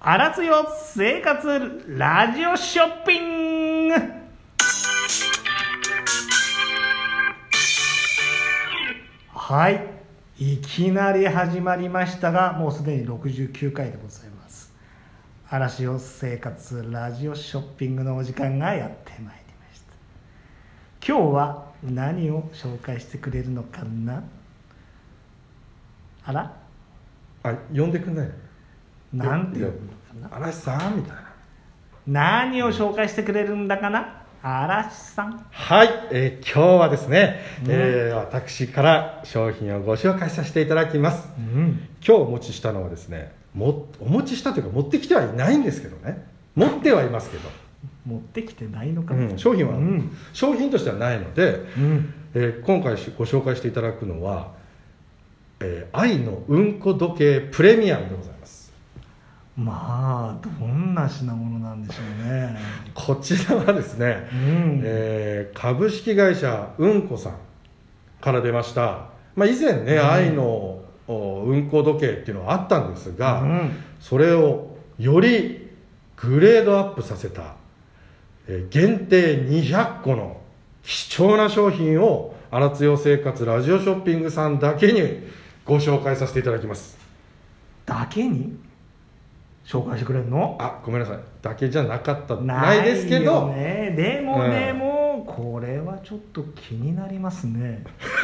あらつよ生活ラジオショッピング。はい、いきなり始まりましたが、もうすでに69回でございます。嵐よ生活ラジオショッピングのお時間がやってまいりました。今日は何を紹介してくれるのかな。あら、 呼んでくんないの？ なんて呼ぶのかな。 嵐さんみたいな。 何を紹介してくれるんだかな、嵐さん。 はい、今日はですね、私から商品をご紹介させていただきます。今日お持ちしたのはですね、お持ちしたというか持ってきてはいないんですけどね、持ってはいますけど持ってきてないのかな、 商品は、商品としてはないので、今回ご紹介していただくのは、愛のうんこ時計プレミアムでございます。 まあどんな品物なんでしょうね。 こちらはですね、株式会社うんこさんから出ました、以前ね、愛のうんこ時計っていうのはあったんですが、それをよりグレードアップさせた、限定200個の貴重な商品を荒津よ生活ラジオショッピングさんだけにご紹介させていただきます。 だけに紹介してくれるの？ ごめんなさい、だけじゃなかったないですけど、 でも、これはちょっと気になりますね。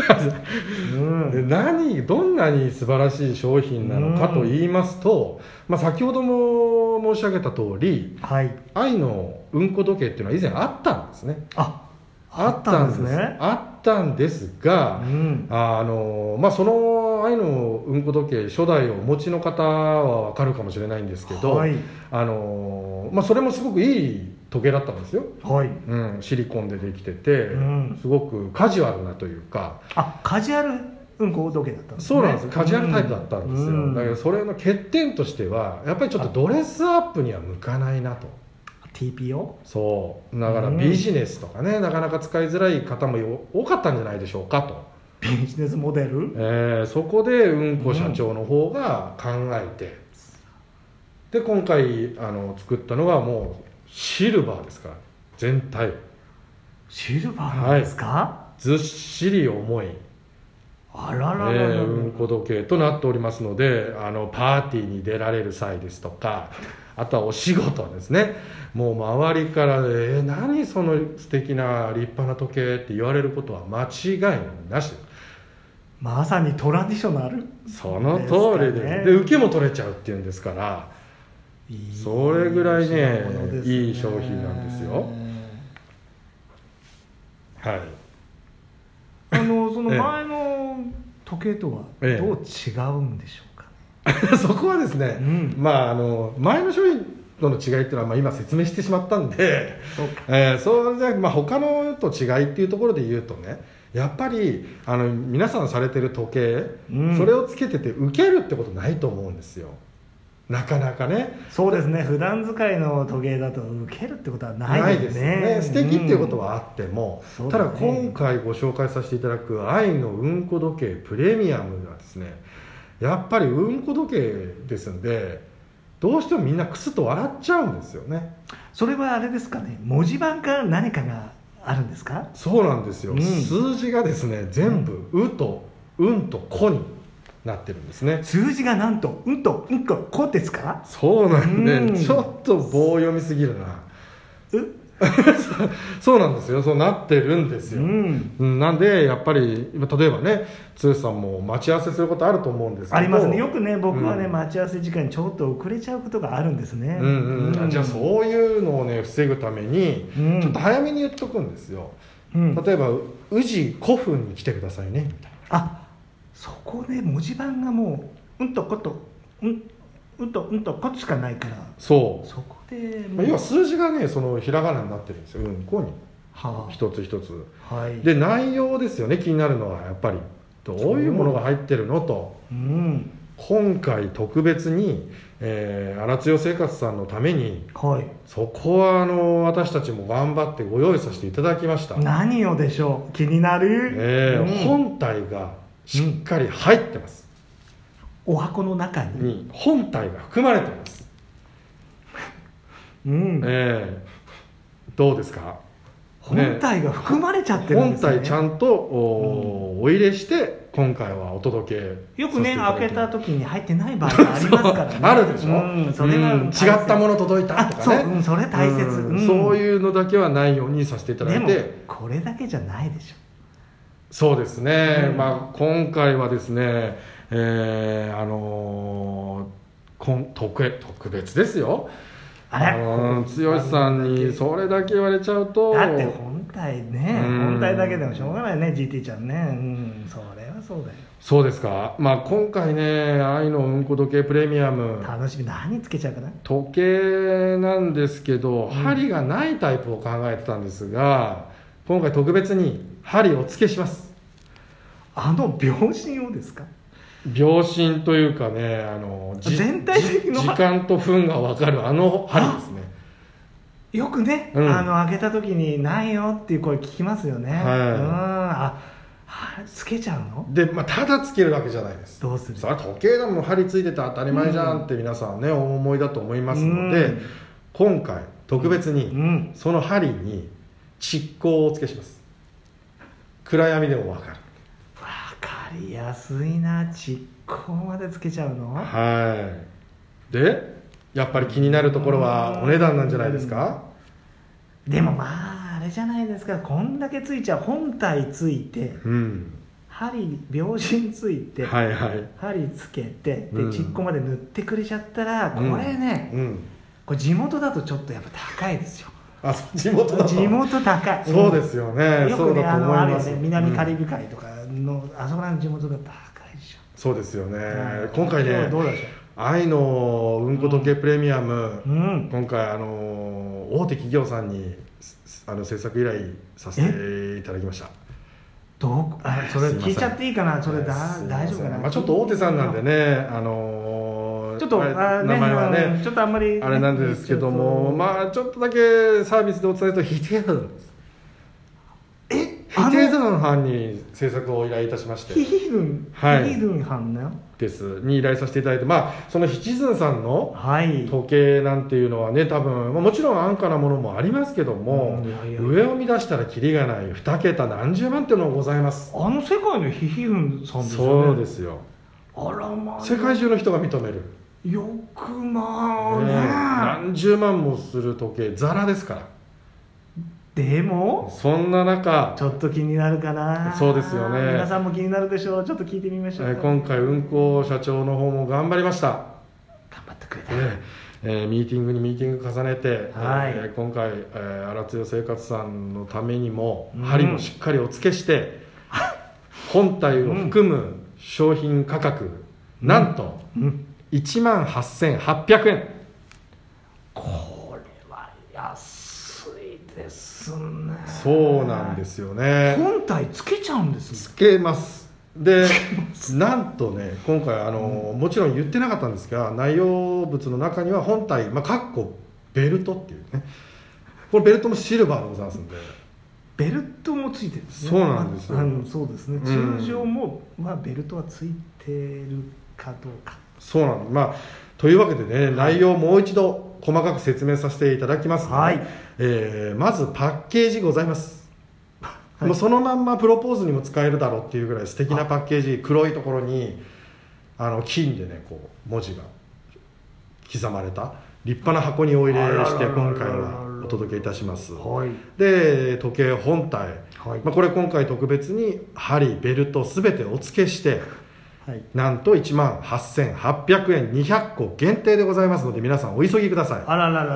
どんなに素晴らしい商品なのかと言いますと、先ほども申し上げた通り、愛のうんこ時計っていうのは以前あったんですね。あったんですね。あったんですが、その愛のうんこ時計初代をお持ちの方は分かるかもしれないんですけど、それもすごくいい時計だったんですよ。シリコンでできてて、すごくカジュアルなというか、 カジュアルうんこ時計だったんですね。 そうなんです、カジュアルタイプだったんですよ。だけどそれの欠点としてはやっぱりちょっとドレスアップには向かないなと。 TPO？ そうだからビジネスとかね、なかなか使いづらい方も多かったんじゃないでしょうかと。 ビジネスモデル、 そこでうんこ社長の方が考えて、で今回作ったのがもうシルバーですから、全体シルバーなんですか？ ずっしり重いうんこ時計となっておりますので、パーティーに出られる際ですとか、あとはお仕事ですね、もう周りから何その素敵な立派な時計って言われることは間違いなし。 まさにトラディショナル、 その通りで、受けも取れちゃうっていうんですから、それぐらいね、いい商品なんですよ。 その前の時計とはどう違うんでしょうかね。 そこはですね、前の商品との違いっていうのは今説明してしまったんで、そうじゃ他のと違いっていうところで言うとね、やっぱり皆さんされてる時計、それをつけてて受けるってことないと思うんですよ、なかなかね。 そうですね、普段使いの時計だと受けるってことはないですね。 素敵っていうことはあっても、ただ今回ご紹介させていただく愛のうんこ時計プレミアムはですね、やっぱりうんこ時計ですんで、どうしてもみんなクスッと笑っちゃうんですよね。 それはあれですかね、文字盤か何かがあるんですか？ そうなんですよ、数字がですね全部「う」と「うん」と「こ」になってるんですね。 数字がなんと「うん」と「うんこ」「こ」ですか？ そうなんで、ちょっと棒読みすぎるな。そうなんですよ、そうなってるんですよ。なんでやっぱり例えばね、剛さんも待ち合わせすることあると思うんですけど、 ありますね。よくね、僕はね、待ち合わせ時間にちょっと遅れちゃうことがあるんですね。 じゃあそういうのをね防ぐために、ちょっと早めに言っとくんですよ。例えば「宇治古墳に来てくださいね」みたいな。 そこで文字盤がもう「うん」と「こと」「うん」と「うん」と「こ」しかないから、そこで要は数字がね、そのひらがなになってるんですよ、うんこに一つ一つ。で内容ですよね、気になるのはやっぱりどういうものが入ってるのと。今回特別に荒津よ生活さんのために、そこは私たちも頑張ってご用意させていただきました。 何をでしょう、気になる。 本体がしっかり入ってます。 お箱の中に本体が含まれてます。 どうですか？ 本体が含まれちゃってるんですね。 本体ちゃんとお入れして今回はお届け。 よくね、開けた時に入ってない場合がありますからね。 あるでしょ。 それが違ったもの届いたとかね。 それ大切。 そういうのだけはないようにさせていただいて。 でもこれだけじゃないでしょ。 そうですね。今回はですね、特別ですよ。剛さんにそれだけ言われちゃうと。 だって本体だけでもしょうがないね、 GT ちゃんね。それはそうだよ。 そうですか。今回ね、愛のうんこ時計プレミアム、 楽しみ。何つけちゃうかな。 時計なんですけど、針がないタイプを考えてたんですが、今回特別に針を付けします。 秒針をですか？ 秒針というかね、 全体的な時間と分が分かる針ですね。 よくね、開けた時にないよっていう声聞きますよね。つけちゃうので、ただつけるわけじゃないです。 どうする？ それは時計でも針ついてて当たり前じゃんって皆さんね、お思いだと思いますので、今回特別にその針に蓄光をつけします。暗闇でも分かる。 分かりやすいな。蓄光までつけちゃうの？ でやっぱり気になるところはお値段なんじゃないですか？ でもあれじゃないですか。こんだけついちゃう。本体ついて、秒針ついて、針つけて、で蓄光まで塗ってくれちゃったら、これね、これ地元だとちょっとやっぱ高いですよ。地元高い。 そうですよね。 よくね、あるよね、南カリブ海とかのあそこらの地元だと高いでしょ。 そうですよね。今回ね、愛のうんこ時計プレミアム、今回大手企業さんに制作依頼させていただきました。 それ聞いちゃっていいかな。それ大丈夫かな。 ちょっと大手さんなんでね、ちょっと名前はね、 ちょっとあんまりあれなんですけども、ちょっとだけサービスでお伝えするとヒテーズンです。ヒテーズン班に制作を依頼いたしまして、 ヒテーズン班に依頼させていただいて、そのヒテーズンさんの時計なんていうのはね、多分もちろん安価なものもありますけども、上を見出したらキリがない2桁何十万っていうのがございます。 世界のヒテーズンさんですよね。 そうですよ。世界中の人が認める。 よく何十万もする時計ザラですから。 でもそんな中ちょっと気になるかな。 そうですよね。 皆さんも気になるでしょう。ちょっと聞いてみましょう。 今回運行社長の方も頑張りました。 頑張ってくれた。 ミーティングにミーティング重ねて、今回荒津生活さんのためにも針もしっかりお付けして、本体を含む商品価格、なんと18,800円。 これは安いですね。 そうなんですよね。 本体つけちゃうんですね。 つけます。でなんとね、今回もちろん言ってなかったんですが、内容物の中には本体、かっこベルトっていうね、これベルトもシルバーでございますんで、 ベルトもついてるんですね。 そうなんですよ。 そうですね。通常もベルトはついてるかどうか。 そうなんです。というわけでね、内容をもう一度細かく説明させていただきますので、まずパッケージございます。もうそのまんまプロポーズにも使えるだろうっていうぐらい素敵なパッケージ。黒いところに金でね、こう文字が刻まれた立派な箱にお入れして今回はお届けいたします。で時計本体、これ今回特別に針ベルト全てお付けして、なんと18,800円200個限定でございますので、皆さんお急ぎください。 そ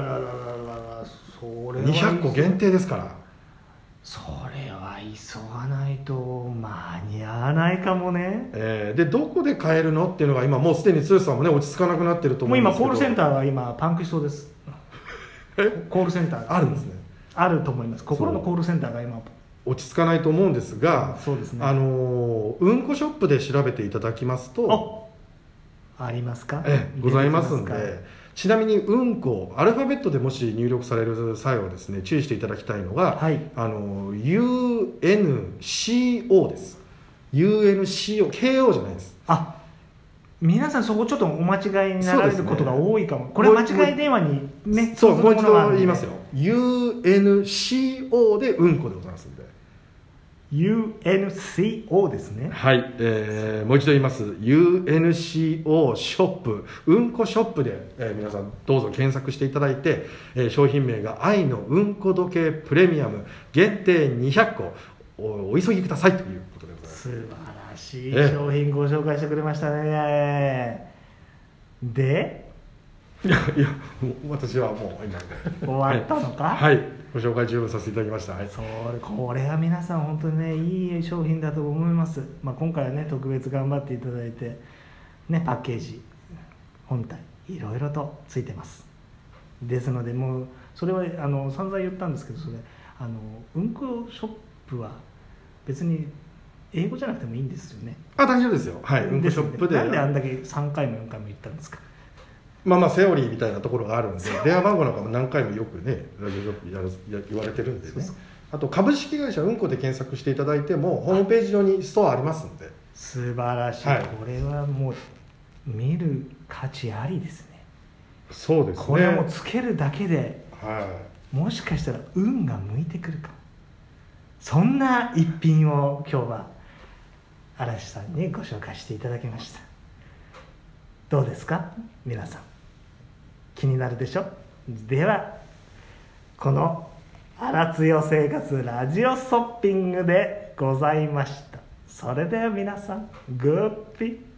れは 200個限定ですから。 それは急がないと間に合わないかもね。 でどこで買えるのっていうのが今もうすでに剛さんもね落ち着かなくなってると思うんですけど、 もう今コールセンターは今パンクしそうです。コールセンターあるんですね。 あると思います。心のコールセンターが今落ち着かないと思うんですが、 そうですね。 うんこショップで調べていただきますとありますか？ ございますんで。ちなみにうんこアルファベットでもし入力される際はですね、注意していただきたいのが、UNCO です。UNCO、KO じゃないです。 皆さんそこちょっとお間違いになられることが多いかも、これ間違い電話にね、 そうもう一度言いますよ。 UNCO でうんこでございますんで。 UNCO ですね。 はい、もう一度言います。 UNCO ショップ、うんこショップで、皆さんどうぞ検索していただいて、商品名が愛のうんこ時計プレミアム限定200個 お急ぎくださいということでございます。 素晴らしい商品ご紹介してくれましたね。でいや私はもう今終わったのか。 はい、ご紹介十分させていただきました。はい、 これは皆さん本当にねいい商品だと思います。今回はね特別頑張っていただいてね、パッケージ本体いろいろとついてますですので、もうそれは散々言ったんですけど、それうんこショップは別に英語じゃなくてもいいんですよね。 大丈夫ですよ。はい、うんこショップで。 なんであんだけ3回も4回も言ったんですか。 セオリーみたいなところがあるんで、電話番号なんかも何回もよくねラジオショップ言われてるんでね。あと株式会社うんこで検索していただいてもホームページ上にストアありますんで。 素晴らしい、はい、これはもう見る価値ありですね。 そうですね。 これはもうつけるだけで、 はい、 もしかしたら運が向いてくるかも。そんな一品を今日は嵐さんにご紹介していただきました。どうですか皆さん、気になるでしょ。ではこの荒津代生活ラジオショッピングでございました。それでは皆さんグッピ